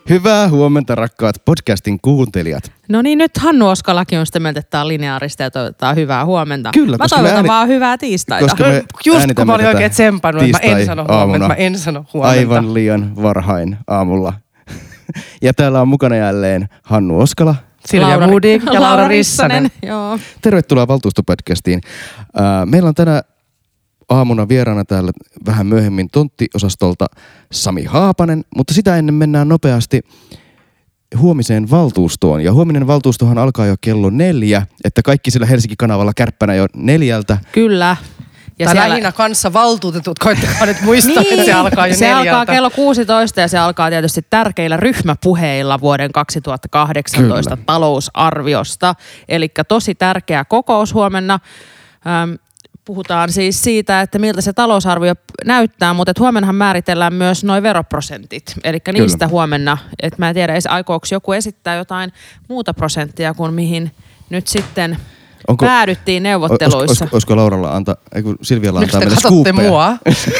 Hyvää huomenta, rakkaat podcastin kuuntelijat. No niin, nyt Hannu Oskalakin on sitä mieltä, että tämä on lineaarista ja toivottaa hyvää huomenta. Kyllä, mä toivotan vaan hyvää tiistaita. Koska me just kun mä olin oikein tsempannut, että mä en sano huomenta. Aivan liian varhain aamulla. Ja täällä on mukana jälleen Hannu Oskala. Silja Modig ja Laura Rissanen. Joo. Tervetuloa valtuustopodcastiin. Meillä on tänä aamuna vieraana täällä vähän myöhemmin tonttiosastolta Sami Haapanen, mutta sitä ennen mennään nopeasti huomiseen valtuustoon. Ja huominen valtuustohan alkaa jo kello 4, että kaikki sillä Helsinki-kanavalla kärppänä jo 4. Kyllä. Ja tai lähinnä kanssa valtuutetut, koittakaa nyt muistaa, että se alkaa jo 4. Se alkaa kello 16 ja se alkaa tietysti tärkeillä ryhmäpuheilla vuoden 2018 Kyllä. talousarviosta. Eli tosi tärkeä kokous huomenna. Puhutaan siis siitä, että miltä se talousarvio näyttää, mutta huomennahan määritellään myös nuo veroprosentit. Eli niistä huomenna, että mä en tiedä, aikooko joku esittää jotain muuta prosenttia kuin mihin nyt sitten päädyttiin neuvotteluissa. Olisiko Lauralla Silvialla antaa meille skuuppeja? Nyt te mua.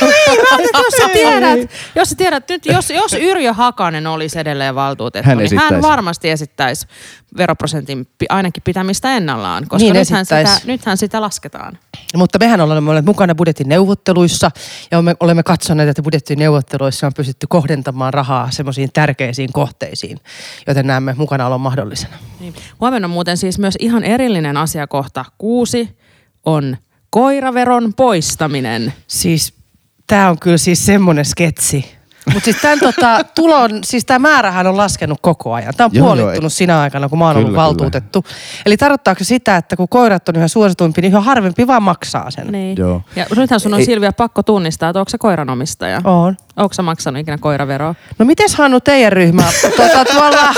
Jos sä tiedät, nyt jos Yrjö Hakanen olisi edelleen valtuutettu, niin hän varmasti esittäisi veroprosentin ainakin pitämistä ennallaan, koska niin nythän sitä lasketaan. Mutta mehän olemme olleet mukana budjetin neuvotteluissa ja me olemme katsoneet, että budjettineuvotteluissa on pystytty kohdentamaan rahaa semmoisiin tärkeisiin kohteisiin, joten näemme mukanaolon mahdollisena. Niin. Huomenna on muuten siis myös ihan erillinen asiakohta 6 on koiraveron poistaminen. Siis tää on kyllä siis semmoinen sketsi. Mutta siis tämä määrähän on laskenut koko ajan. Tämä on puolittunut sinä aikana, kun mä oon ollut valtuutettu. Eli tarkoittaako se sitä, että kun koirat on yhä suosituimpi, niin yhä harvempi vaan maksaa sen? Niin. Joo. Ja nythän sun on Silvia pakko tunnistaa, että onko se koiranomistaja? On. Onko sä maksanut ikinä koiraveroa? No mites Hannu teidän ryhmä? Tuolla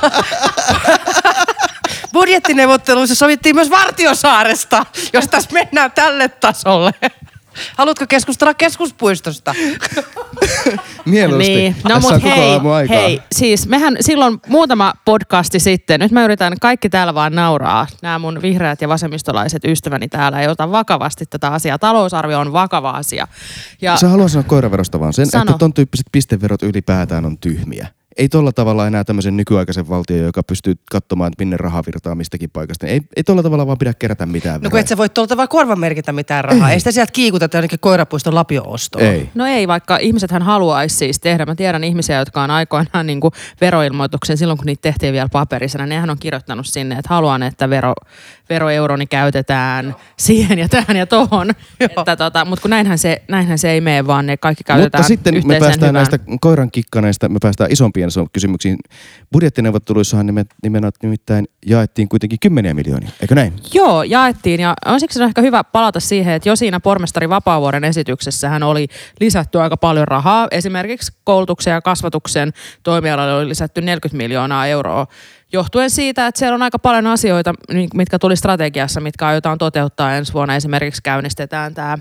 budjettineuvotteluissa sovittiin myös Vartiosaaresta, jos tässä mennään tälle tasolle. Haluatko keskustella keskuspuistosta? Mieluusti. Niin. No mut hei, siis mehän silloin muutama podcasti sitten, nyt mä yritän kaikki täällä vaan nauraa. Nämä mun vihreät ja vasemmistolaiset ystäväni täällä ei ota vakavasti tätä asiaa. Talousarvio on vakava asia. Ja sä haluat sanoa koiraverosta vaan sen, että ton tyyppiset pisteverot ylipäätään on tyhmiä. Ei tolla tavalla enää tämmöisen nykyaikaisen valtion, joka pystyy katsomaan, että minne raha virtaa mistäkin paikasta. Ei tolla tavalla vaan pidä kerätä mitään. No kun et sä voi tuolta vaan korvamerkitä mitään rahaa. Ei sitä sieltä kiikuteta jonnekin koirapuiston lapio-ostoon. Ei. No ei, vaikka ihmisethän haluaisi siis tehdä. Mä tiedän ihmisiä, jotka on aikoinaan niin kuin veroilmoituksen silloin, kun niitä tehtiin vielä paperisena. Nehän on kirjoittanut sinne, että haluan, että veroeuroni käytetään siihen ja tähän ja tohon. Mutta kun näinhän se ei mene, vaan ne kaikki käytetään mutta sitten yhteiseen me päästään hyvään. Näistä koiran kikkaneista, me päästään isompiin kysymyksiin. Budjettineuvotteluissahan nimittäin jaettiin kuitenkin 10 miljoonia, eikö näin? Joo, jaettiin ja on siksi ehkä hyvä palata siihen, että jo siinä pormestari Vapaavuoren esityksessähän oli lisätty aika paljon rahaa. Esimerkiksi koulutuksen ja kasvatuksen toimialalle oli lisätty 40 miljoonaa euroa. Johtuen siitä, että siellä on aika paljon asioita, mitkä tuli strategiassa, mitkä aiotaan toteuttaa ensi vuonna. Esimerkiksi käynnistetään tämä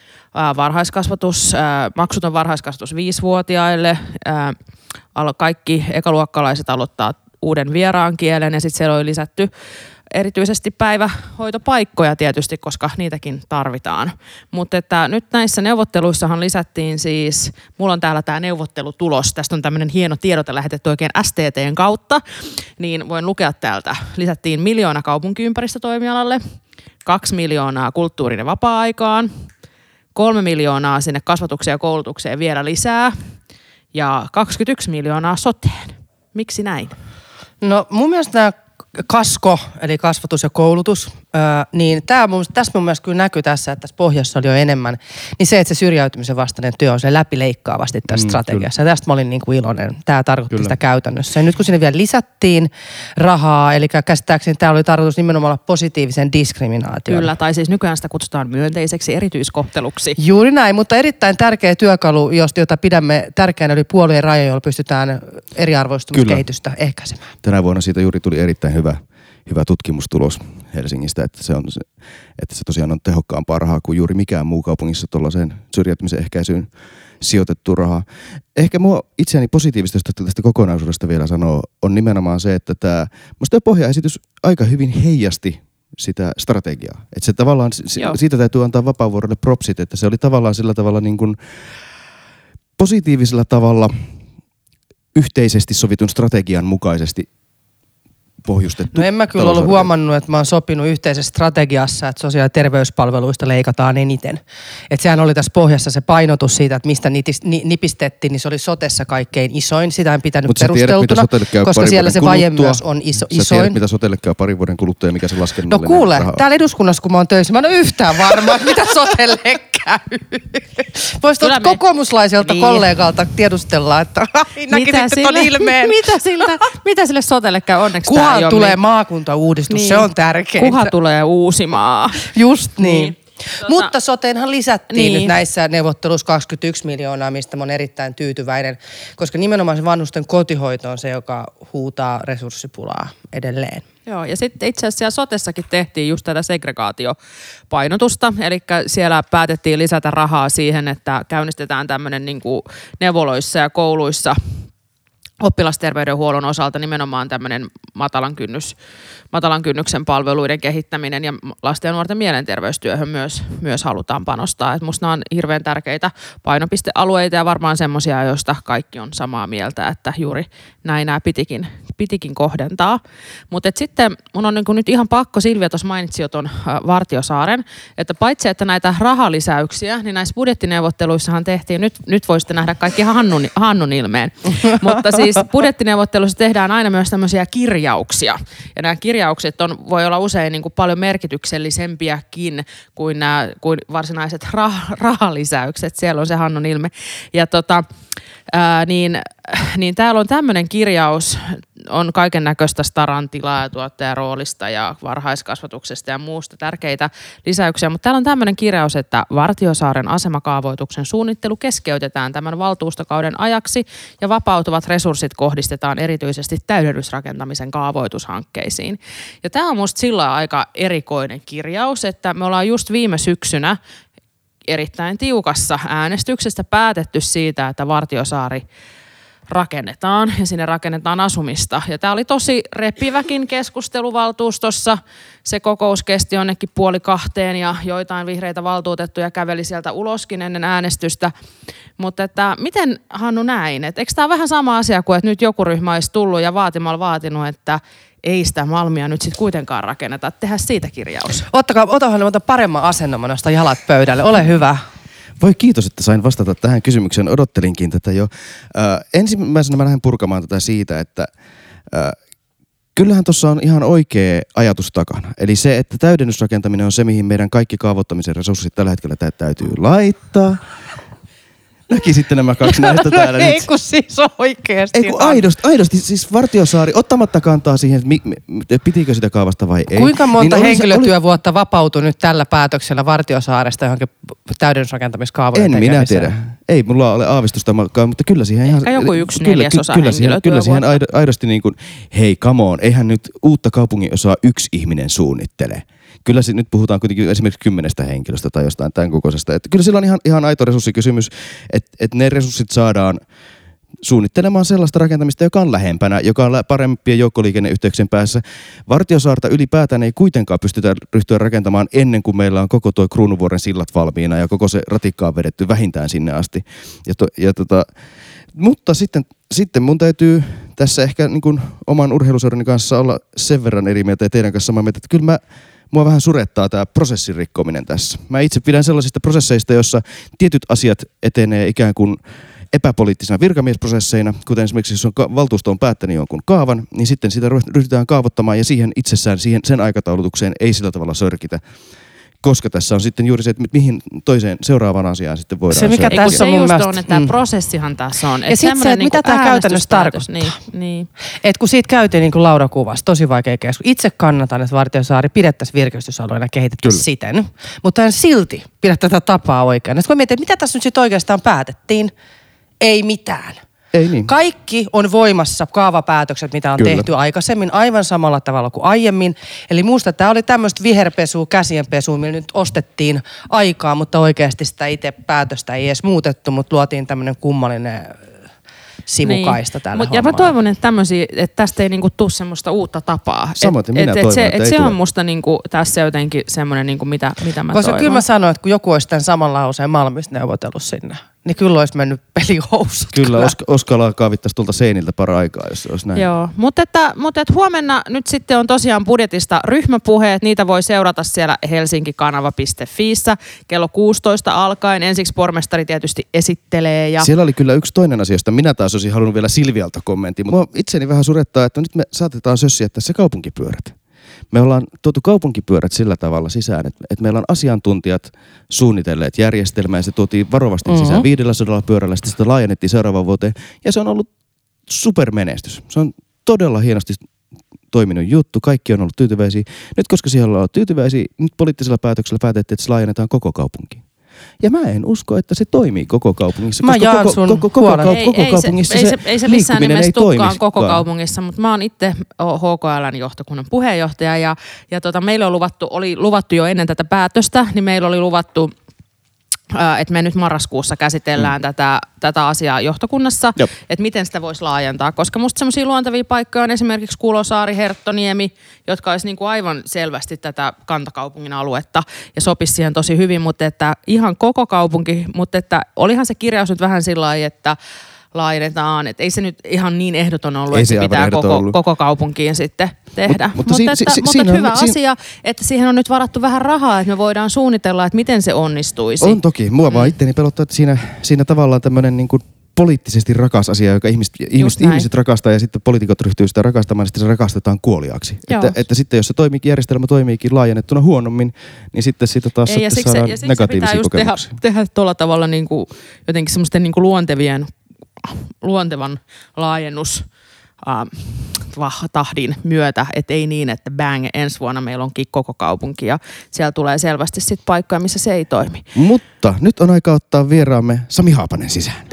maksuton varhaiskasvatus 5-vuotiaille. Kaikki ekaluokkalaiset aloittaa uuden vieraan kielen ja sitten siellä oli lisätty erityisesti päivähoitopaikkoja tietysti, koska niitäkin tarvitaan. Mutta että nyt näissä neuvotteluissahan lisättiin siis, mulla on täällä tämä neuvottelutulos, tästä on tämmöinen hieno tiedote lähetetty oikein STT:n kautta, niin voin lukea täältä. Lisättiin 1 miljoona kaupunkiympäristötoimialalle, 2 miljoonaa kulttuurin ja vapaa-aikaan, 3 miljoonaa sinne kasvatukseen ja koulutukseen vielä lisää ja 21 miljoonaa soteen. Miksi näin? No mun mielestä nämä kasko, eli kasvatus ja koulutus, niin tässä mun mielestä kyllä näkyy tässä, että tässä pohjassa oli jo enemmän, niin se, että se syrjäytymisen vastainen työ on se läpileikkaavasti tässä strategiassa. Ja tästä mä olin niin kuin iloinen. Tämä tarkoitti sitä käytännössä. Ja nyt kun sinne vielä lisättiin rahaa, eli käsittääkseni tämä oli tarkoitus nimenomaan olla positiivisen diskriminaation. Kyllä, tai siis nykyään sitä kutsutaan myönteiseksi erityiskohteluksi. Juuri näin, mutta erittäin tärkeä työkalu, jota pidämme tärkeänä yli puolueen rajoja, jolla pystytään eriarvoistumiskehitystä ehkäisemään. Tänä vuonna siitä juuri tuli erittäin hyvä tutkimustulos Helsingistä, että se tosiaan on tehokkaampaa rahaa kuin juuri mikään muu kaupungissa tuollaiseen syrjäytymisen ehkäisyyn sijoitettu rahaa. Ehkä mua itseäni positiivista, jos tästä kokonaisuudesta vielä sanoo, on nimenomaan se, että musta pohjaesitys aika hyvin heijasti sitä strategiaa. Että se tavallaan, siitä täytyy antaa Vapaavuorelle propsit, että se oli tavallaan sillä tavalla niin kuin positiivisella tavalla yhteisesti sovitun strategian mukaisesti pohjustettu. No en mä kyllä ollut huomannut, että mä oon sopinut yhteisessä strategiassa, että sosiaali- ja terveyspalveluista leikataan eniten. Että sehän oli tässä pohjassa se painotus siitä, että mistä nipistettiin, niin se oli sotessa kaikkein isoin. Sitä en pitänyt perusteltuna, koska siellä se vaje myös on isoin. Sä tiedät, mitä sotelle käy parin vuoden kuluttua ja mikä se laskennallinen No kuule, täällä eduskunnassa kun mä oon töissä, mä en ole yhtään varma, mitä sotelle käy. Voisi tuolta kokoomuslaiselta kollegalta tiedustella, että näkisitte ton ilmeen. Mitä sille sotelle käy? Onneksi Kuhan tulee maakuntauudistus, niin. Se on tärkeintä. Kuha tulee Uusimaa. Just niin. Mutta soteenhan lisättiin nyt näissä neuvotteluissa 21 miljoonaa, mistä mä oon erittäin tyytyväinen, koska nimenomaan se vanhusten kotihoito on se, joka huutaa resurssipulaa edelleen. Joo, ja sitten itse asiassa sotessakin tehtiin just tätä segregaatiopainotusta, eli siellä päätettiin lisätä rahaa siihen, että käynnistetään tämmöinen niin kuin neuvoloissa ja kouluissa oppilasterveydenhuollon osalta nimenomaan tämmöinen matalan kynnyksen palveluiden kehittäminen ja lasten ja nuorten mielenterveystyöhön myös halutaan panostaa. Et musta nämä on hirveän tärkeitä painopistealueita ja varmaan semmoisia, joista kaikki on samaa mieltä, että juuri näin nämä pitikin kohdentaa. Mutta sitten mun on niinku nyt ihan pakko, Silvia tuossa mainitsi jo ton Vartiosaaren, että paitsi että näitä rahalisäyksiä, niin näissä budjettineuvotteluissahan tehtiin, nyt voisitte nähdä kaikki Hannun ilmeen, mutta siis budjettineuvotteluissa tehdään aina myös tämmöisiä kirjauksia. Ja nämä kirjaukset voi olla usein niin kuin paljon merkityksellisempiäkin kuin varsinaiset rahalisäykset. Siellä on se Hannun ilme. Ja niin täällä on tämmöinen kirjaus, on kaiken näköistä staran tilaa ja tuottajaroolista ja varhaiskasvatuksesta ja muusta tärkeitä lisäyksiä, mutta täällä on tämmöinen kirjaus, että Vartiosaaren asemakaavoituksen suunnittelu keskeytetään tämän valtuustokauden ajaksi ja vapautuvat resurssit kohdistetaan erityisesti täydennysrakentamisen kaavoitushankkeisiin. Ja tämä on musta sillä aika erikoinen kirjaus, että me ollaan just viime syksynä erittäin tiukassa äänestyksestä päätetty siitä, että Vartiosaari rakennetaan ja sinne rakennetaan asumista. Ja tämä oli tosi repiväkin keskustelu valtuustossa. Se kokous kesti jonnekin 1:30 ja joitain vihreitä valtuutettuja käveli sieltä uloskin ennen äänestystä. Mutta että miten Hannu näin? Et eikö tämä ole vähän sama asia kuin, että nyt joku ryhmä olisi tullut ja vaatinut, että ei sitä Malmia nyt sitten kuitenkaan rakenneta. Tehdään siitä kirjaus. Ota paremman asennon, mä nostan jalat pöydälle. Ole hyvä. Voi kiitos, että sain vastata tähän kysymykseen. Odottelinkin tätä jo. Ensimmäisenä mä lähden purkamaan tätä siitä, että kyllähän tuossa on ihan oikea ajatus takana. Eli se, että täydennysrakentaminen on se, mihin meidän kaikki kaavoittamisen resurssit tällä hetkellä täytyy laittaa. Näki sitten nämä kaksi näistä täällä nyt. Ei kun siis oikeasti. Ei kun aidosti siis Vartiosaari, ottamatta kantaa siihen, että pitikö sitä kaavasta vai ei. Kuinka monta henkilötyövuotta vapautui nyt tällä päätöksellä Vartiosaaresta johonkin täydennysrakentamiskaavojen tekemiseen? En minä tiedä. Ei mulla ole aavistusta, mutta kyllä siihen ihan... Ehkä joku 1/4 henkilötyövuotta. Kyllä siihen aidosti niin kuin, hei come on, eihän nyt uutta kaupungin osaa yksi ihminen suunnittele. Kyllä nyt puhutaan kuitenkin esimerkiksi 10 henkilöstä tai jostain tämän kokoisesta. Että kyllä sillä on ihan aito resurssikysymys, että ne resurssit saadaan suunnittelemaan sellaista rakentamista, joka on lähempänä, joka on parempien joukkoliikenneyhteyksien päässä. Vartiosaarta ylipäätään ei kuitenkaan pystytä ryhtyä rakentamaan ennen kuin meillä on koko tuo Kruunuvuoren sillat valmiina ja koko se ratikka on vedetty vähintään sinne asti. Mutta sitten mun täytyy tässä ehkä niin kuin oman urheiluseurani kanssa olla sen verran eri mieltä ja teidän kanssa samaa mieltä, että kyllä mua vähän surettaa tämä prosessin rikkominen tässä. Mä itse pidän sellaisista prosesseista, jossa tietyt asiat etenee ikään kuin epäpoliittisina virkamiesprosesseina, kuten esimerkiksi jos valtuusto on päättänyt jonkun kaavan, niin sitten sitä ryhdytään kaavoittamaan ja siihen itsessään, sen aikataulutukseen ei sillä tavalla sörkitä. Koska tässä on sitten juuri se, että mihin toiseen seuraavaan asiaan sitten voidaan se, mikä tässä on mun mielestä... on, että tämä prosessihan tässä on. Ja sitten se, että mitä tämä käytännössä tarkoittaa. Niin. Että kun siitä käytiin niin kuin Laura kuvasi, tosi vaikea keskustelu. Itse kannatan, että Vartiosaari pidettäisiin virkistysalueena kehitettäisiin siten. Mutta en silti pidä tätä tapaa oikein. Sitten kun mietin, että mitä tässä nyt sitten oikeastaan päätettiin, ei mitään. Ei niin. Kaikki on voimassa kaavapäätökset, mitä on tehty aikaisemmin, aivan samalla tavalla kuin aiemmin. Eli muusta tämä oli tämmöistä viherpesua, käsienpesua, millä nyt ostettiin aikaa, mutta oikeasti sitä itse päätöstä ei edes muutettu, mutta luotiin tämmöinen kummallinen sivukaista tällä hommalla. Ja mä toivon, että tästä ei niinku tule semmoista uutta tapaa. Samoin minä toivon, että se on musta niinku tässä jotenkin semmoinen, niinku mitä mä toivon. Koska kyllä mä sanoin, että kun joku olisi tämän saman lauseen Malmista neuvotellut sinne, niin kyllä olisi mennyt pelihousut. Kyllä, Oskalaa kaavittaisi tuolta seiniltä para-aikaa, jos olisi näin. Joo, mutta huomenna nyt sitten on tosiaan budjetista ryhmäpuheet. Niitä voi seurata siellä helsinkikanava.fiissä kello 16 alkaen. Ensiksi pormestari tietysti esittelee. Ja... Siellä oli kyllä yksi toinen asia, josta minä taas olisin halunnut vielä Silvialta kommentin. Mutta itseni vähän surettaa, että nyt me saatetaan sössiä tässä kaupunkipyörät. Me ollaan tuotu kaupunkipyörät sillä tavalla sisään, että meillä on asiantuntijat suunnitelleet järjestelmää ja se tuotiin varovasti sisään 500 pyörällä, sitten sitä laajennettiin seuraavaan vuoteen ja se on ollut supermenestys. Se on todella hienosti toiminut juttu, kaikki on ollut tyytyväisiä. Nyt koska siellä ollaan tyytyväisiä, nyt poliittisella päätöksellä päätettiin, että se laajennetaan koko kaupunkiin. Ja mä en usko, että se toimii koko kaupungissa. Mä jaan sun huolen. Ei se missään nimessä tukkaan koko kaupungissa, mutta mä oon itse HKL:n johtokunnan puheenjohtaja ja meille oli luvattu jo ennen tätä päätöstä, niin meillä oli luvattu, että me nyt marraskuussa käsitellään tätä asiaa johtokunnassa, että miten sitä voisi laajentaa, koska musta semmoisia luontevia paikkoja on esimerkiksi Kulosaari, Herttoniemi, jotka olisi niin kuin aivan selvästi tätä kantakaupungin aluetta ja sopisi siihen tosi hyvin, mutta että ihan koko kaupunki, mutta että olihan se kirjaus nyt vähän sillä lailla, että laajennetaan, että ei se nyt ihan niin ehdoton ollut, että se pitää koko kaupunkiin sitten tehdä. Mutta hyvä asia, että siihen on nyt varattu vähän rahaa, että me voidaan suunnitella, että miten se onnistuisi. On toki. Mua vaan itteni pelottaa, että siinä tavallaan tämmöinen niin kuin poliittisesti rakas asia, joka ihmiset rakastaa ja sitten poliitikot ryhtyy sitä rakastamaan ja sitten se rakastetaan kuoliaaksi. Että sitten jos se järjestelmä toimiikin laajennettuna huonommin, niin sitten siitä taas saadaan negatiivisia kokemuksia. Tehdä tuolla tavalla niin kuin, jotenkin semmoisten niin kuin luontevan laajennus tahdin myötä, että ei niin, että bang, ensi vuonna meillä onkin koko kaupunki ja siellä tulee selvästi sit paikkoja, missä se ei toimi. Mutta nyt on aika ottaa vieraamme Sami Haapanen sisään.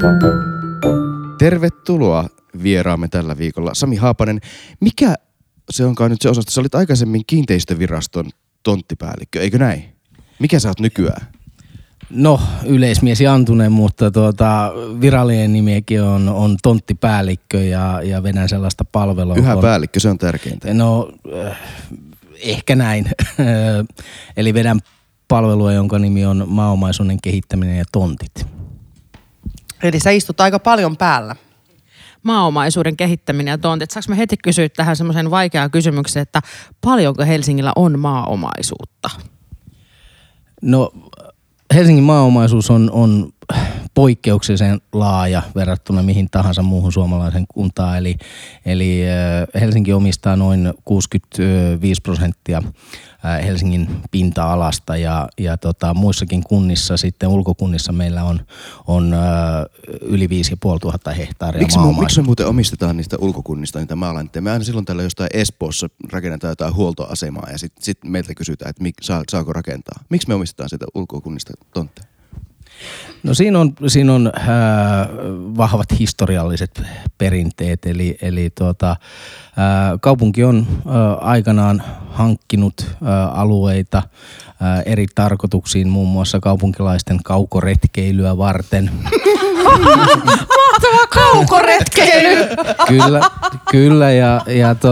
Tervetuloa vieraamme tällä viikolla. Sami Haapanen, mikä se onkaan nyt se osasto? Sä olit aikaisemmin kiinteistöviraston tonttipäällikkö, eikö näin? Mikä sä oot nykyään? No, yleismies Jantunen, mutta virallinen nimikin on tonttipäällikkö ja vedän sellaista palvelua. Yhä päällikkö, se on tärkeintä. No, ehkä näin. Eli vedän palvelua, jonka nimi on maaomaisuuden kehittäminen ja tontit. Eli sä istut aika paljon päällä. Maaomaisuuden kehittäminen ja tontit. Saanko mä heti kysyä tähän semmoisen vaikean kysymyksen, että paljonko Helsingillä on maaomaisuutta? No, Helsingin maaomaisuus on poikkeuksellisen laaja verrattuna mihin tahansa muuhun suomalaisen kuntaan. Eli Helsinki omistaa noin 65% Helsingin pinta-alasta ja muissakin kunnissa sitten ulkokunnissa meillä on yli 5500 hehtaaria maaomaisuutta. Miksi me muuten omistetaan niistä ulkokunnista niitä maalainteja? Me aina silloin tällä jostain Espoossa rakennetaan jotain huoltoasemaa ja sitten meiltä kysytään, että saako rakentaa. Miksi me omistetaan sitä ulkokunnista tontteja? No siinä on vahvat historialliset perinteet, eli kaupunki on aikanaan hankkinut alueita eri tarkoituksiin, muun muassa kaupunkilaisten kaukoretkeilyä varten. Mahtava kaukoretkeily! Kyllä ja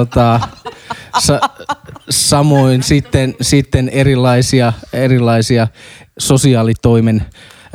samoin sitten erilaisia sosiaalitoimen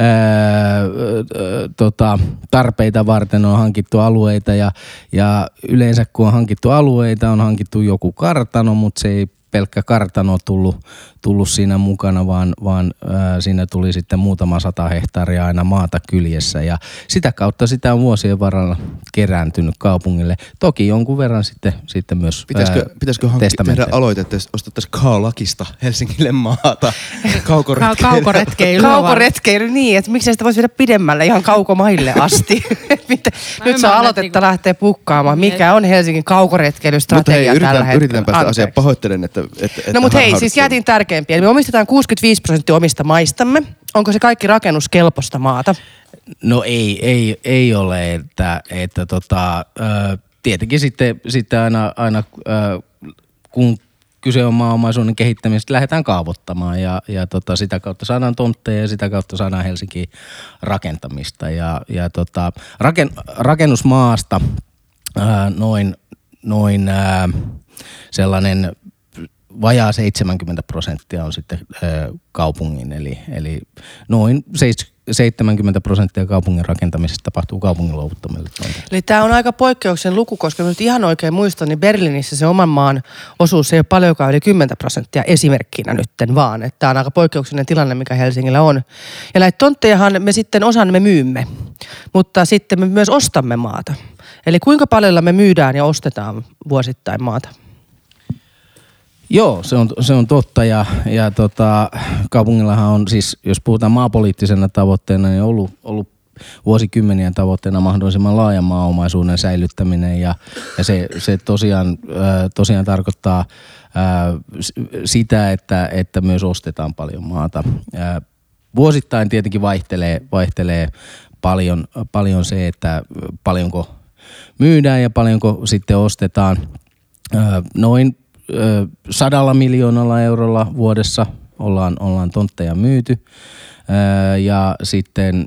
tarpeita varten on hankittu alueita ja yleensä kun on hankittu alueita, on hankittu joku kartano, mutta se ei pelkkä kartano tullut siinä mukana, vaan siinä tuli sitten muutama 100 hehtaaria aina maata kyljessä ja sitä kautta sitä on vuosien varrella kerääntynyt kaupungille. Toki jonkun verran sitten myös Pitäisikö tehdä aloite, että ostettaisiin K-lakista Helsingille maata? Kaukoretkeily niin, että miksei sitä voisi viedä pidemmälle ihan kaukomaille asti. Nyt saa aloitetta lähteä pukkaamaan. Mikä on Helsingin kaukoretkeilystrategia tällä hetkellä? Yritetään päästä asiaan. Pahoittelen, että no mutta hei, siis jätin tärkeimpiä. Me omistetaan 65% omista maistamme. Onko se kaikki rakennuskelpoista maata? No ei ole, että tietenkin sitten aina kun kyse on maaomaisuuden kehittämisestä, lähdetään kaavoittamaan ja sitä kautta saadaan tontteja ja sitä kautta saadaan Helsinkiin rakentamista ja rakennusmaasta noin sellainen vajaa 70% on sitten kaupungin, eli noin 70% kaupungin rakentamisesta tapahtuu kaupungin luovuttamille tonteille. Eli tämä on aika poikkeuksen luku, koska nyt ihan oikein muistan, niin Berliinissä se oman maan osuus ei ole paljonkaan yli 10% esimerkkinä nytten vaan. Että tämä on aika poikkeuksellinen tilanne, mikä Helsingillä on. Ja näitä tonttejahan me sitten osan me myymme, mutta sitten me myös ostamme maata. Eli kuinka paljon me myydään ja ostetaan vuosittain maata? Joo, se on totta ja kaupungillahan on siis, jos puhutaan maapoliittisena tavoitteena, niin ollut vuosikymmenien tavoitteena mahdollisimman laajan maaomaisuuden säilyttäminen ja se tosiaan tarkoittaa sitä, että myös ostetaan paljon maata. Vuosittain tietenkin vaihtelee paljon se, että paljonko myydään ja paljonko sitten ostetaan. Noin 100 miljoonalla eurolla vuodessa ollaan tontteja myyty ja sitten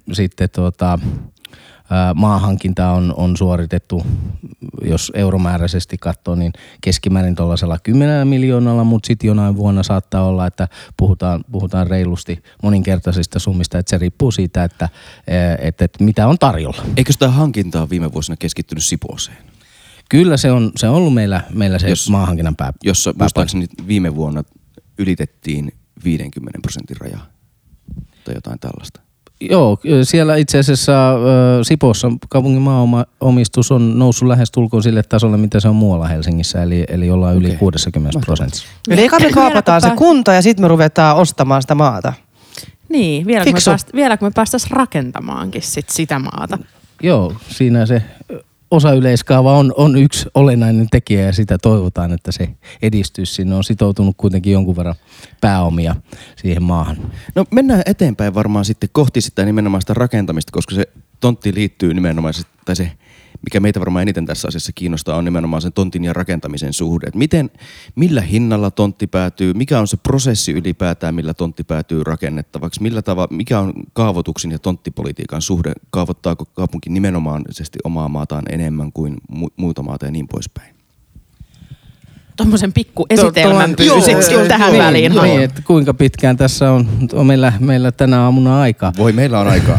maahankinta on suoritettu, jos euromääräisesti katsoo, niin keskimäärin tuollaisella 10 miljoonalla, mutta sitten jonain vuonna saattaa olla, että puhutaan reilusti moninkertaisista summista, että se riippuu siitä, että mitä on tarjolla. Eikö sitä hankintaa viime vuosina keskittynyt Sipooseen? Kyllä se on ollut meillä se maahankinnan jossa muistaakseni viime vuonna ylitettiin 50% rajaa tai jotain tällaista. Joo, siellä itse asiassa Sipoossa kaupungin maaomistus on noussut lähestulkoon sille tasolle, mitä se on muualla Helsingissä, eli ollaan yli 60%. Eli eikä me kaapataan se kunta ja sitten me ruvetaan ostamaan sitä maata. Niin, vieläkö me päästäisiin rakentamaankin sitä maata? Joo, siinä se osayleiskaava on yksi olennainen tekijä ja sitä toivotaan, että se edistyisi. Sinne on sitoutunut kuitenkin jonkun verran pääomia siihen maahan. No mennään eteenpäin varmaan sitten kohti sitä nimenomaan sitä rakentamista, koska se tontti liittyy nimenomaan, tai se mikä meitä varmaan eniten tässä asiassa kiinnostaa on nimenomaan sen tontin ja rakentamisen suhde. Millä hinnalla tontti päätyy, mikä on se prosessi ylipäätään, millä tontti päätyy rakennettavaksi, mikä on kaavoituksen ja tonttipolitiikan suhde, kaavoittaako kaupunki nimenomaisesti omaa maataan enemmän kuin muuta maata ja niin poispäin. Tuommoisen pikku esitelmän pyysit tähän väliin. Niin, että kuinka pitkään tässä on meillä tänä aamuna aikaa. Voi, meillä on aikaa.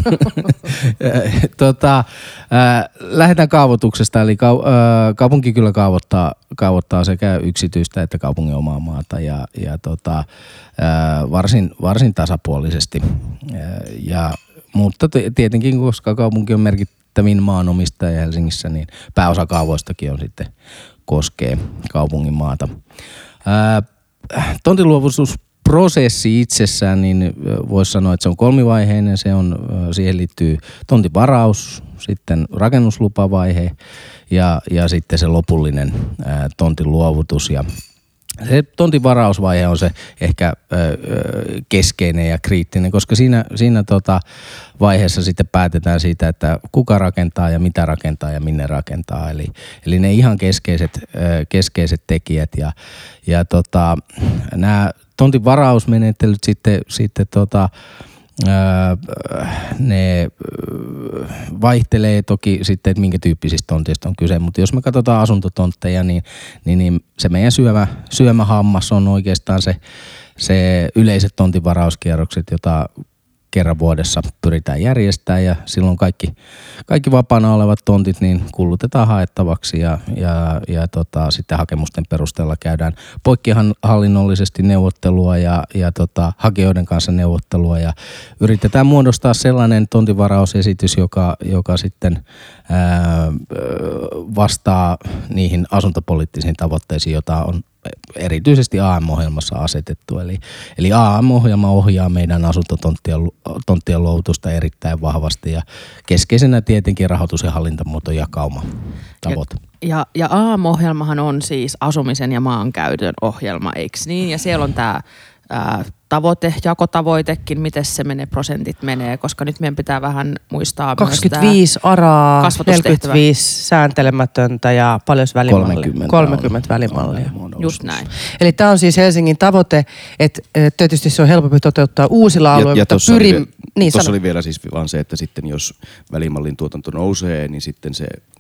Lähdetään kaavoituksesta, eli kaupunki kyllä kaavoittaa sekä yksityistä että kaupungin omaa maata ja varsin tasapuolisesti. Mutta tietenkin, koska kaupunki on merkittävin maanomistaja Helsingissä, niin pääosa kaavoistakin on sitten koskee kaupungin maata. Tontinluovutusprosessi itsessään, niin voisi sanoa, että se on kolmivaiheinen. Siihen liittyy tontinvaraus, sitten rakennuslupavaihe ja sitten se lopullinen tontinluovutus. Ja se tontinvarausvaihe on se ehkä keskeinen ja kriittinen, koska siinä vaiheessa sitten päätetään siitä, että kuka rakentaa ja mitä rakentaa ja minne rakentaa. Eli ne ihan keskeiset tekijät ja nämä tontinvarausmenettelyt sitten ne vaihtelee toki sitten, että minkä tyyppisistä tonteista on kyse, mutta jos me katsotaan asuntotontteja, niin se meidän syömähammas on oikeastaan se yleiset tontinvarauskierrokset, jota kerran vuodessa pyritään järjestämään ja silloin kaikki vapaana olevat tontit niin kullutetaan haettavaksi ja sitten hakemusten perusteella käydään poikkihallinnollisesti neuvottelua ja hakijoiden kanssa neuvottelua ja yritetään muodostaa sellainen tontinvarausesitys, joka sitten vastaa niihin asuntopoliittisiin tavoitteisiin, jota on erityisesti AM-ohjelmassa asetettu. Eli AM-ohjelma ohjaa meidän asuntotonttien luovutusta erittäin vahvasti ja keskeisenä tietenkin rahoitus- ja hallintamuoto jakauma tavoite. Ja AM-ohjelmahan on siis asumisen ja maankäytön ohjelma, eikö niin? Ja siellä on tämä jakotavoitekin, miten se menee, prosentit menee, koska nyt meidän pitää vähän muistaa 25 araa, 45 sääntelemätöntä ja paljon välimallia. 30 välimallia. Just näin. Eli tämä on siis Helsingin tavoite, että tietysti se on helpompi toteuttaa uusilla alueilla, mutta tuossa oli vielä siis vaan se, että sitten jos välimallin tuotanto nousee, niin sitten se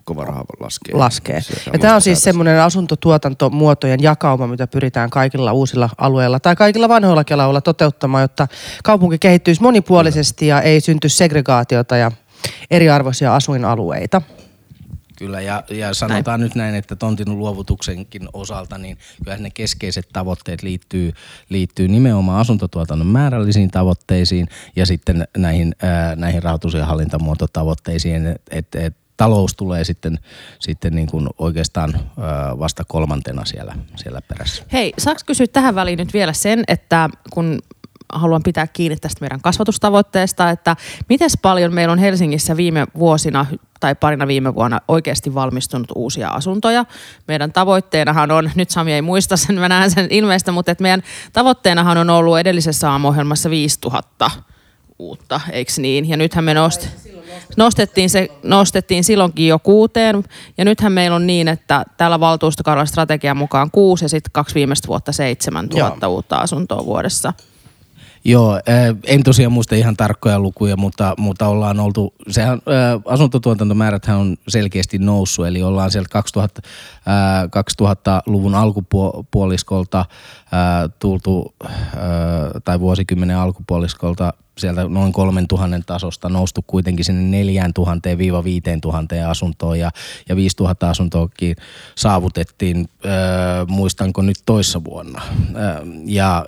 kova raha laskee. Ja tämä on siis semmoinen asuntotuotantomuotojen jakauma, mitä pyritään kaikilla uusilla alueilla tai kaikilla vanhoillakin alueilla toteuttamaan, jotta kaupunki kehittyisi monipuolisesti ja ei syntyisi segregaatiota ja eriarvoisia asuinalueita. Kyllä, ja sanotaan nyt näin, että tontin luovutuksenkin osalta, niin kyllä ne keskeiset tavoitteet liittyy nimenomaan asuntotuotannon määrällisiin tavoitteisiin ja sitten näihin rahoitus- ja hallintamuototavoitteisiin, että talous tulee sitten niin kuin oikeastaan vasta kolmantena siellä perässä. Hei, saaks kysyä tähän väliin nyt vielä sen, että kun haluan pitää kiinni tästä meidän kasvatustavoitteesta, että miten paljon meillä on Helsingissä viime vuosina tai parina viime vuonna oikeasti valmistunut uusia asuntoja. Meidän tavoitteenahan on, nyt Sami ei muista sen, mä näen sen ilmeistä, mutta että meidän tavoitteenahan on ollut edellisessä aamuohjelmassa 5000 uutta, eikö niin? Ja nythän me nostettiin silloinkin jo 6, ja nythän meillä on niin, että tällä valtuustokaudella strategian mukaan 6 ja sitten 2 viimeistä vuotta 7000 uutta asuntoa vuodessa. Joo, en tosiaan muista ihan tarkkoja lukuja, mutta ollaan oltu, sehän asuntotuotantomääräthän on selkeästi noussut, eli ollaan sieltä 2000-luvun alkupuoliskolta tultu, tai vuosikymmenen alkupuoliskolta sieltä noin 3000 tasosta noustu kuitenkin sinne 4000–5000 asuntoon ja 5000 asuntoakin saavutettiin, muistanko nyt toissa vuonna. Ja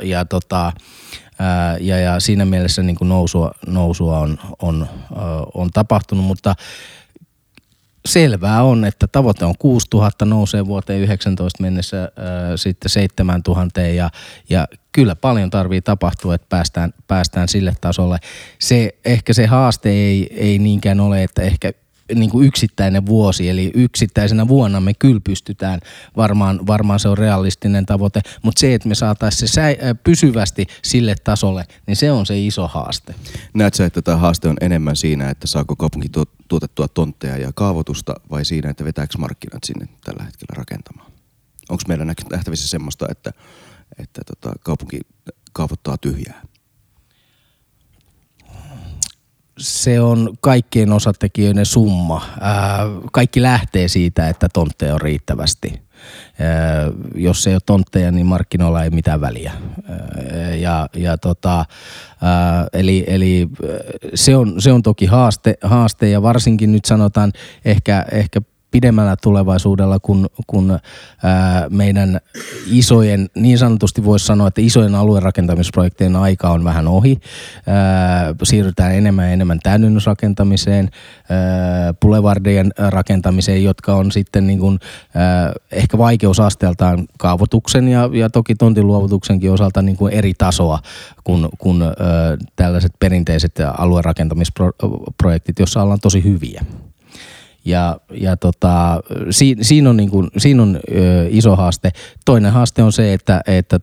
siinä mielessä niin kuin nousua on tapahtunut, mutta selvää on, että tavoite on 6000, nousee vuoteen 19 mennessä sitten 7000 ja kyllä paljon tarvii tapahtua, että päästään sille tasolle. Ehkä se haaste ei niinkään ole, että ehkä niin kuin yksittäinen vuosi, eli yksittäisenä vuonna me kyllä pystytään, varmaan se on realistinen tavoite, mutta se, että me saataisiin se pysyvästi sille tasolle, niin se on se iso haaste. Näetkö, että tämä haaste on enemmän siinä, että saako kaupunki tuotettua tontteja ja kaavoitusta, vai siinä, että vetääkö markkinat sinne tällä hetkellä rakentamaan? Onko meillä nähtävissä semmoista, että kaupunki kaavoittaa tyhjää? Se on kaikkien osatekijöiden summa. Kaikki lähtee siitä, että tontteja on riittävästi. Jos ei ole tontteja, niin markkinoilla ei mitään väliä. Eli se on toki haaste ja varsinkin nyt sanotaan ehkä pidemmällä tulevaisuudella, kun meidän isojen, niin sanotusti voisi sanoa, että isojen aluerakentamisprojektien aika on vähän ohi. Siirrytään enemmän ja enemmän täydennysrakentamiseen, boulevardien rakentamiseen, jotka on sitten niin kuin, ehkä vaikeusasteeltaan kaavoituksen ja toki tontin luovutuksenkin osalta niin kuin eri tasoa kuin tällaiset perinteiset aluerakentamisprojektit, joissa ollaan tosi hyviä. Siinä on iso haaste. Toinen haaste on se, että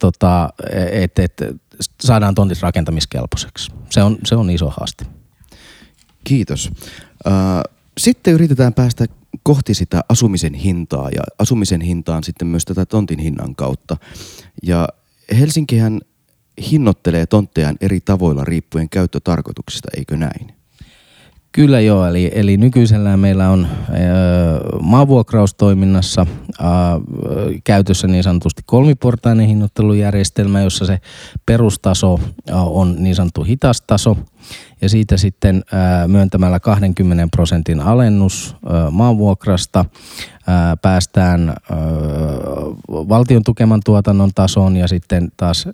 saadaan tontit rakentamiskelpoiseksi. Se on iso haaste. Kiitos. Sitten yritetään päästä kohti sitä asumisen hintaa ja asumisen hintaan sitten myös tätä tontin hinnan kautta. Ja Helsinkihän hinnoittelee tonttejaan eri tavoilla riippuen käyttötarkoituksista, eikö näin? Kyllä joo, eli nykyisellään meillä on maanvuokraustoiminnassa käytössä niin sanotusti kolmiportainen hinnoittelujärjestelmä, jossa se perustaso on niin sanottu hitas taso ja siitä sitten myöntämällä 20% alennus maanvuokrasta päästään valtion tukeman tuotannon tasoon ja sitten taas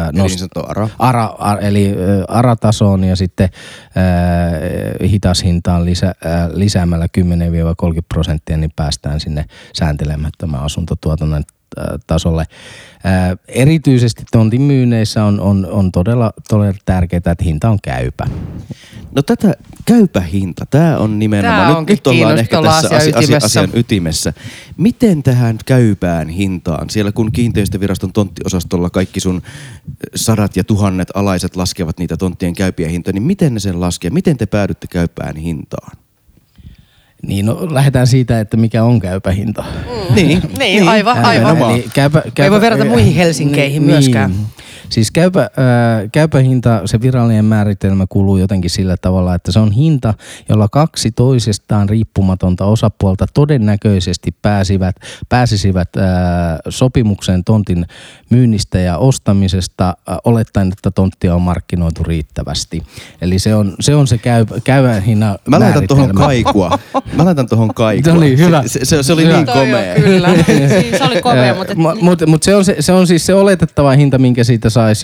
eli ARA-tasoon ja sitten hitashintaan lisäämällä 10–30%, niin päästään sinne sääntelemättömän asuntotuotannon tasolle. Erityisesti tontin myynneissä on todella tärkeää, että hinta on käypä. No tätä käypä hinta, tämä on nimenomaan, nyt ollaan ehkä tässä asian ytimessä. Miten tähän käypään hintaan, siellä kun kiinteistöviraston tonttiosastolla kaikki sun 100 ja 1000 alaiset laskevat niitä tonttien käypiä hintoja, niin miten ne sen laskee? Miten te päädytte käypään hintaan? Niin, no lähdetään siitä, että mikä on käypä hinta. Niin, aivan. Eli ei voi verrata muihin Helsinkeihin myöskään. Siis käypä hinta, se virallinen määritelmä kuuluu jotenkin sillä tavalla, että se on hinta, jolla kaksi toisestaan riippumatonta osapuolta todennäköisesti pääsisivät sopimukseen tontin myynnistä ja ostamisesta olettaen, että tonttia on markkinoitu riittävästi. Eli se on se käyvän hinnan Mä laitan määritelmä. tuohon kaikua. Se oli hyvä. Se oli niin komea. Kyllä, se oli komea, Mutta se on siis se oletettava hinta, minkä siitä saisi,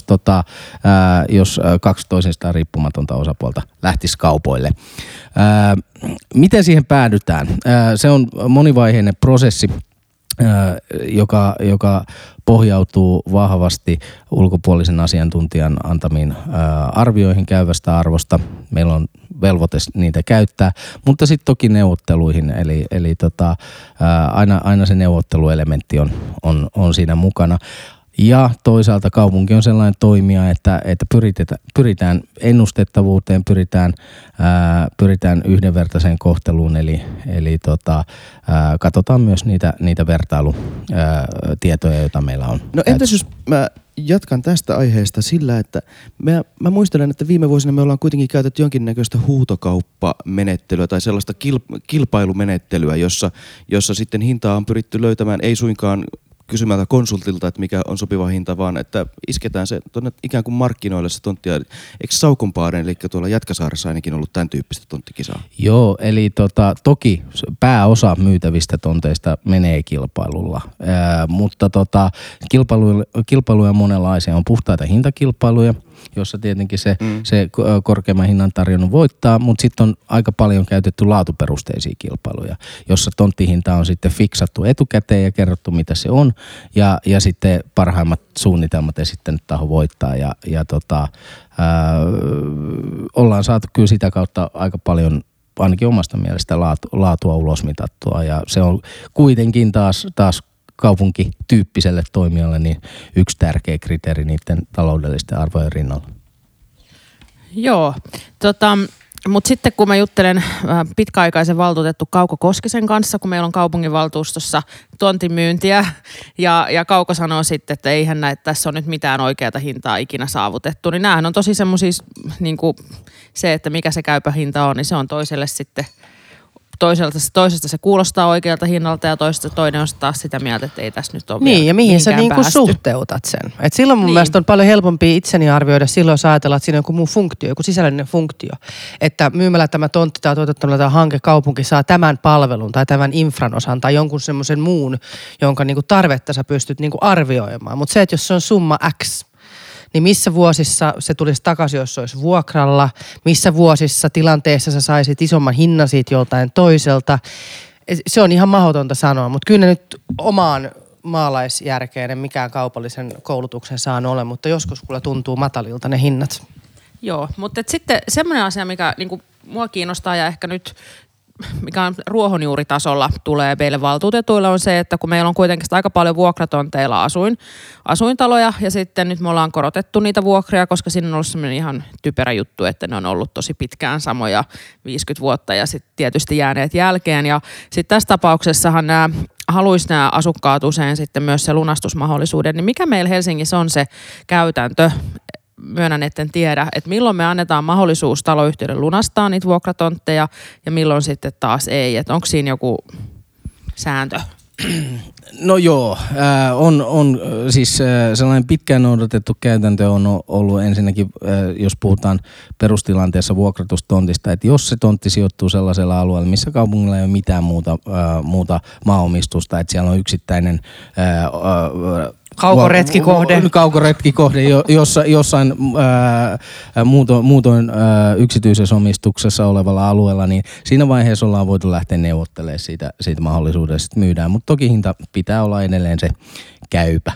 jos kaksi toisestaan riippumatonta osapuolta lähtisi kaupoille. Miten siihen päädytään? Se on monivaiheinen prosessi, joka pohjautuu vahvasti ulkopuolisen asiantuntijan antamiin arvioihin käyvästä arvosta. Meillä on velvoite niitä käyttää, mutta sitten toki neuvotteluihin, eli aina se neuvotteluelementti on siinä mukana. Ja kaupunki on sellainen toimija, että pyritään ennustettavuuteen, pyritään yhdenvertaiseen kohteluun, eli katsotaan myös niitä vertailutietoja, joita meillä on. No entäs jos mä jatkan tästä aiheesta sillä, että mä muistelen, että viime vuosina me ollaan kuitenkin käytetty jonkinnäköistä huutokauppamenettelyä tai sellaista kilpailumenettelyä, jossa sitten hintaa on pyritty löytämään, ei suinkaan kysymällä konsultilta, että mikä on sopiva hinta, vaan että isketään se tuonne ikään kuin markkinoille se tontti. Eikö Saukonpaaren, eli tuolla Jätkäsaaressa ainakin ollut tämän tyyppistä tonttikisaa? Joo, eli toki pääosa myytävistä tonteista menee kilpailulla, mutta kilpailuja monenlaisia. On puhtaita hintakilpailuja, jossa tietenkin se korkeamman hinnan tarjonnut voittaa, mutta sitten on aika paljon käytetty laatuperusteisia kilpailuja, jossa tonttihinta on sitten fiksattu etukäteen ja kerrottu mitä se on, ja sitten parhaimmat suunnitelmat esittänyt taho voittaa, ollaan saatu kyllä sitä kautta aika paljon ainakin omasta mielestä laatua ulosmitattua, ja se on kuitenkin taas kaupunkityyppiselle toimijalle niin yksi tärkeä kriteeri niiden taloudellisten arvojen rinnalla. Joo, mutta sitten kun mä juttelen pitkäaikaisen valtuutettu Kauko Koskisen kanssa, kun meillä on kaupunginvaltuustossa tontimyyntiä, ja Kauko sanoo sitten, että eihän näitä, tässä on nyt mitään oikeata hintaa ikinä saavutettu, niin näähän on tosi semmoisia, niin kuin se, että mikä se käypä hinta on, niin se on toiselle sitten toisesta se kuulostaa oikealta hinnalta ja toinen on taas sitä mieltä, että ei tässä nyt ole niin, ja mihin sä niinku päästy. suhteutat sen. Et silloin mun mielestä on paljon helpompi itseni arvioida silloin, jos ajatellaan, että siinä on joku muu funktio, joku sisällinen funktio. Että myymällä tämä tontti tai tuotettuna tämä hanke, kaupunki saa tämän palvelun tai tämän infran osan tai jonkun semmoisen muun, jonka niinku tarvetta sä pystyt niinku arvioimaan. Mutta se, että jos se on summa X, niin missä vuosissa se tulisi takaisin, jos se olisi vuokralla? Missä vuosissa tilanteessa sä saisit isomman hinnan siitä joltain toiselta? Se on ihan mahdotonta sanoa, mutta kyllä ne nyt omaan maalaisjärkeen mikään kaupallisen koulutuksen saanut ole, mutta joskus kyllä tuntuu matalilta ne hinnat. Joo, mutta sitten semmoinen asia, mikä niinku mua kiinnostaa ja ehkä nyt mikä on ruohonjuuritasolla tulee meille valtuutetuille, on se, että kun meillä on kuitenkin aika paljon vuokratonteilla asuintaloja ja sitten nyt me ollaan korotettu niitä vuokria, koska siinä on ollut semmoinen ihan typerä juttu, että ne on ollut tosi pitkään samoja 50 vuotta ja sitten tietysti jääneet jälkeen. Ja sitten tässä tapauksessahan nämä asukkaat usein sitten myös se lunastusmahdollisuuden, niin mikä meillä Helsingissä on se käytäntö? Myönnän, etten tiedä, että milloin me annetaan mahdollisuus taloyhtiöiden lunastaa niitä vuokratontteja ja milloin sitten taas ei. Että onko siinä joku sääntö? No joo, on siis sellainen pitkään odotettu käytäntö on ollut ensinnäkin, jos puhutaan perustilanteessa vuokratustontista, että jos se tontti sijoittuu sellaisella alueella, missä kaupungilla ei ole mitään muuta maaomistusta, että siellä on yksittäinen kaukoretkikohde jossain muutoin yksityisessä omistuksessa olevalla alueella, niin siinä vaiheessa ollaan voitu lähteä neuvottelemaan siitä mahdollisuudesta, että myydään. Mutta toki hinta pitää olla edelleen se käypä.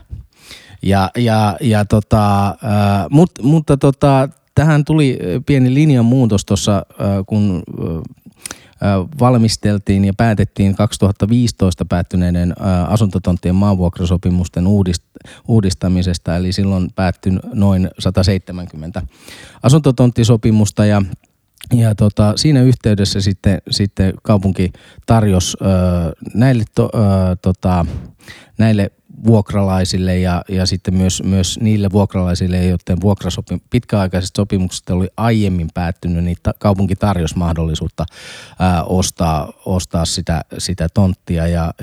Mutta tähän tuli pieni linjanmuutos tuossa, kun valmisteltiin ja päätettiin 2015 päättyneiden asuntotonttien maanvuokrasopimusten uudistamisesta, eli silloin päättyi noin 170 asuntotonttisopimusta ja siinä yhteydessä sitten kaupunki tarjosi näille vuokralaisille ja sitten myös niille vuokralaisille, joiden pitkäaikaiset sopimukset oli aiemmin päättynyt, niin kaupunki tarjosi mahdollisuutta ostaa sitä tonttia ja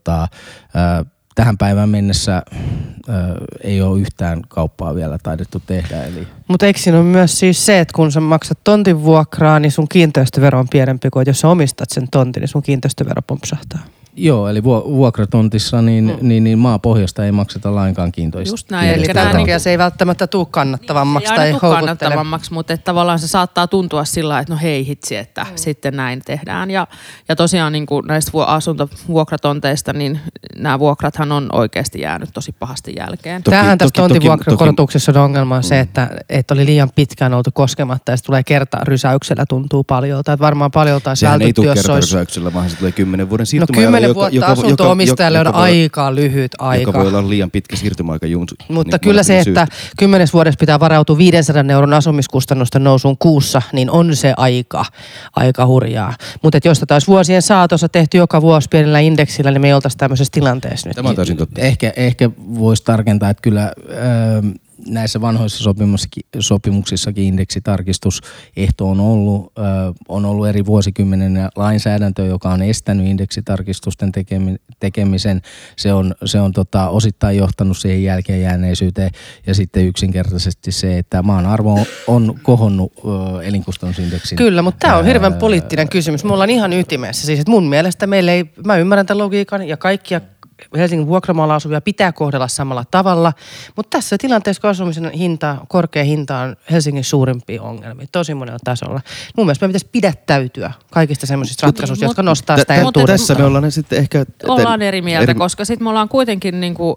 tähän päivään mennessä ei ole yhtään kauppaa vielä taidettu tehdä. Mutta eikö siinä ole myös siis se, että kun sä maksat tontin vuokraa, niin sun kiinteistövero on pienempi kuin, että jos sä omistat sen tontin, niin sun kiinteistövero pompsahtaa. Joo, eli vuokratontissa niin maapohjasta ei makseta lainkaan kiintoista. Just näin. Eli tämän takia se ei välttämättä tule kannattavammaksi tai houkuttele. Kannattavammaksi, mutta että tavallaan se saattaa tuntua sillä, että no hei hitsi, että sitten näin tehdään. Ja tosiaan niin kuin näistä asuntovuokratonteista, niin nämä vuokrathan on oikeasti jäänyt tosi pahasti jälkeen. Tämähän tässä tontinvuokrakorotuksessa on ongelma se, että oli liian pitkään oltu koskematta ja se tulee kertaa rysäyksellä, tuntuu paljolta. Että varmaan paljolta olisi sehän ei tule jos kertaa olisi... rysäyksellä, vaan se tulee 10 vuoden siirtymäaika. 10 vuotta asunto-omistajalle on aika lyhyt aika. Joka voi olla liian pitkä siirtymäaika. Mutta kyllä se, että 10 vuodessa pitää varautua 500 € asumiskustannusten nousuun kuussa, niin on se aika hurjaa. Mutta jos tätä olisi vuosien saatossa tehty joka vuosi pienellä indeksillä, niin me ei oltaisi tämmöisessä tilanteessa nyt. Tämä on täysin totta. Ehkä voisi tarkentaa, että kyllä näissä vanhoissa sopimuksissakin indeksitarkistusehto on ollut eri vuosikymmenen lainsäädäntö, joka on estänyt indeksitarkistusten tekemisen. Se on osittain johtanut siihen jälkeenjääneisyyteen ja sitten yksinkertaisesti se, että maan arvo on kohonnut elinkustannusindeksin. Kyllä, mutta tämä on hirveän poliittinen kysymys. Me ollaan ihan ytimessä. Siis, että mun mielestä meillä ei, mä ymmärrän tämän logiikan ja kaikkia Helsingin vuokramaalla asuvia pitää kohdella samalla tavalla, mutta tässä tilanteessa, kun asumisen korkea hinta on Helsingin suurimpia ongelmia, tosi monella tasolla. Mun mielestä me pitäisi pidättäytyä kaikista semmoisista ratkaisuista, jotka nostaa sitä entuudestaan. Tässä me ollaan sitten ehkä... Ollaan eri mieltä, koska sitten me ollaan kuitenkin niinku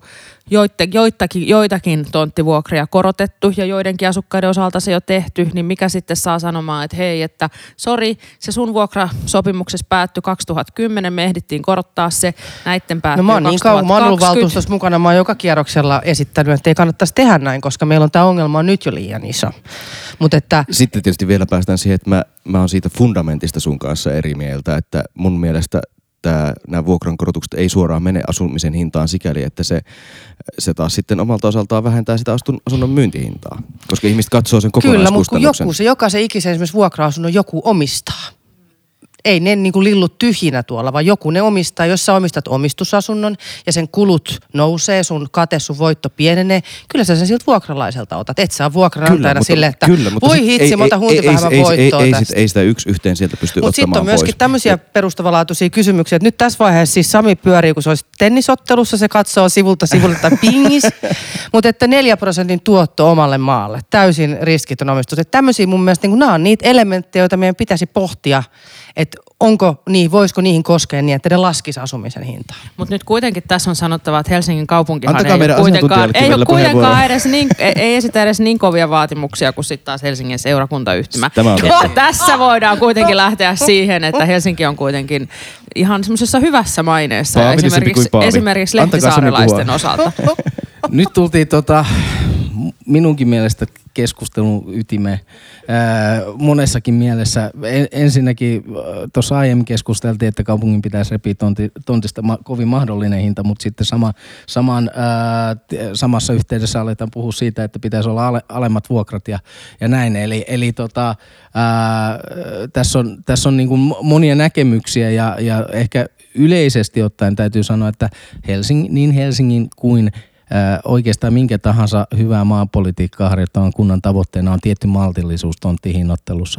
joitakin tonttivuokria korotettu ja joidenkin asukkaiden osalta se jo tehty, niin mikä sitten saa sanomaan, että hei, että sori, se sun vuokrasopimuksessa päättyi 2010, me ehdittiin korottaa se, näitten päättyy 2020. Mä oon ollut valtuustossa mukana, mä oon joka kierroksella esittänyt, että ei kannattaisi tehdä näin, koska meillä on tämä ongelma on nyt jo liian iso. Sitten tietysti vielä päästään siihen, että mä oon siitä fundamentista sun kanssa eri mieltä, että mun mielestä nämä vuokrankorotukset ei suoraan mene asumisen hintaan sikäli, että se taas sitten omalta osaltaan vähentää sitä asunnon myyntihintaa, koska ihmiset katsoo sen kokonaiskustannuksen. Kyllä, mutta jokaisen ikisen esimerkiksi vuokra-asunnon joku omistaa. Ei ne niin kuin lillut tyhjinä tuolla, vaan joku ne omistaa. Jos sä omistat omistusasunnon ja sen kulut nousee, sun kate, sun voitto pienenee, kyllä sä sen siltä vuokralaiselta otat. Et saa vuokranantajana sille, että voi hitsi, mä otan huntipäivän voittoa tästä. Ei sitä yksi yhteen sieltä pysty ottamaan pois. Mutta sitten on myöskin tämmöisiä perustavanlaatuisia kysymyksiä, että nyt tässä vaiheessa siis Sami pyörii, kun se olisi tennisottelussa, se katsoo sivulta tai pingis, mutta että 4% tuotto omalle maalle, täysin riskitön omistus. Että tämmöisiä mun mielestä, niin nämä on niitä elementtejä, joita meidän pitäisi pohtia, että voisiko niihin koskea niin, että ne laskisi asumisen hintaa. Mutta nyt kuitenkin tässä on sanottava, että Helsingin kaupunkihan ei ole kuitenkaan ei esitä edes niin kovia vaatimuksia kuin sitten taas Helsingin seurakuntayhtymä. Tässä voidaan kuitenkin lähteä siihen, että Helsinki on kuitenkin ihan semmoisessa hyvässä maineessa esimerkiksi lehtisaarelaisten osalta. Nyt tultiin minunkin mielestä keskustelun ytimeen monessakin mielessä. Ensinnäkin tuossa aiemmin keskusteltiin, että kaupungin pitäisi repiä tontista kovin mahdollinen hinta, mutta sitten samassa yhteydessä aletaan puhua siitä, että pitäisi olla alemmat vuokrat ja näin. Eli tässä on niin kuin monia näkemyksiä ja ehkä yleisesti ottaen täytyy sanoa, että niin Helsingin kuin oikeastaan minkä tahansa hyvää maapolitiikkaa harjoittavan kunnan tavoitteena on tietty maltillisuus tonttihinnoittelussa,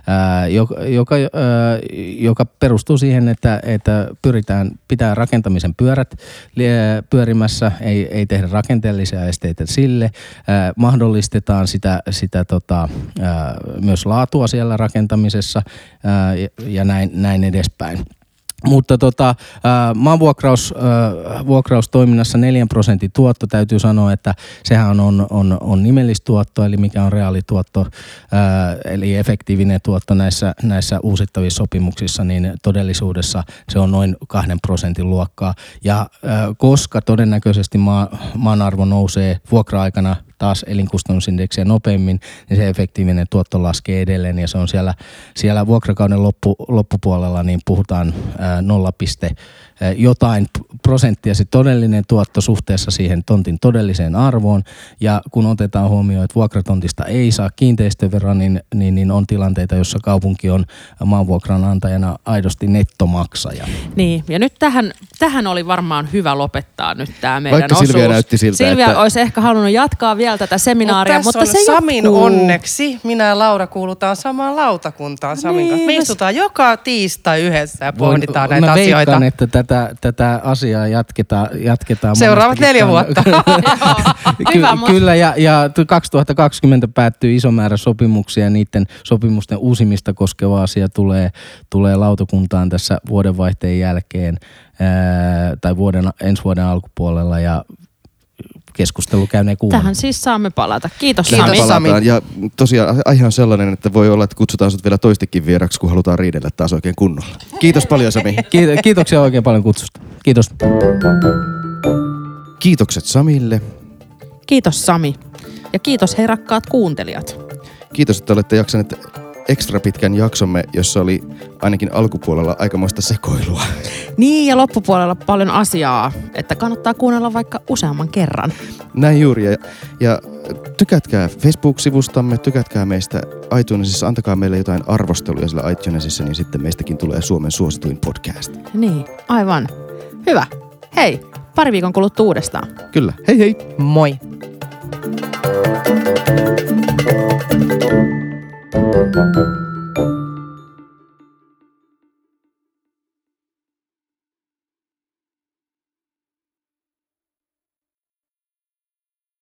joka perustuu siihen, että pyritään pitää rakentamisen pyörät pyörimässä, ei tehdä rakenteellisia esteitä sille, mahdollistetaan sitä myös laatua siellä rakentamisessa ja näin edespäin. Mutta maanvuokraustoiminnassa 4% tuotto, täytyy sanoa, että sehän on nimellistuotto, eli mikä on reaalituotto, eli efektiivinen tuotto näissä uusittavissa sopimuksissa, niin todellisuudessa se on noin 2% luokkaa. Ja koska todennäköisesti maan arvo nousee vuokra-aikana taas elinkustannusindeksiä nopeammin, niin se efektiivinen tuotto laskee edelleen ja se on siellä vuokrakauden loppupuolella, niin puhutaan 0, jotain prosenttia se todellinen tuotto suhteessa siihen tontin todelliseen arvoon. Ja kun otetaan huomioon, että vuokratontista ei saa kiinteistöveroa, niin on tilanteita, jossa kaupunki on maanvuokran antajana aidosti nettomaksaja. Niin, ja nyt tähän oli varmaan hyvä lopettaa nyt tämä meidän Vaikka osuus. Silvia näytti siltä, Silvia että olisi ehkä halunnut jatkaa vielä tätä seminaaria, mutta tässä se on Samin jatkuu. onneksi. Minä ja Laura kuulutaan samaan lautakuntaan Samin kanssa. Me istutaan joka tiistai yhdessä ja pohditaan näitä asioita. Mä veikkaan, että tätä asiaa jatketaan. Seuraavat 4 vuotta. Kyllä, ja 2020 päättyy iso määrä sopimuksia ja niiden sopimusten uusimista koskeva asia tulee lautakuntaan tässä vuodenvaihteen jälkeen tai ensi vuoden alkupuolella ja keskustelu käyneen kuulemma. Tähän siis saamme palata. Kiitos Kiitos, Sami. Sami. Ja tosiaan aihe on sellainen, että voi olla, että kutsutaan sut vielä toistekin vieraksi, kun halutaan riidellä taas oikein kunnolla. Kiitos paljon, Sami. Kiitoksia oikein paljon kutsusta. Kiitos. Kiitokset Samille. Kiitos Sami. Ja kiitos hei rakkaat kuuntelijat. Kiitos, että olette jaksaneet ekstra pitkän jaksomme, jossa oli ainakin alkupuolella aikamoista sekoilua. Niin, ja loppupuolella paljon asiaa, että kannattaa kuunnella vaikka useamman kerran. Näin juuri. Ja tykätkää Facebook-sivustamme, tykätkää meistä iTunesissa, antakaa meille jotain arvosteluja sillä iTunesissa, niin sitten meistäkin tulee Suomen suosituin podcast. Niin, aivan. Hyvä. Hei, pari viikon kuluttua uudestaan. Kyllä. Hei hei! Moi. Thank you.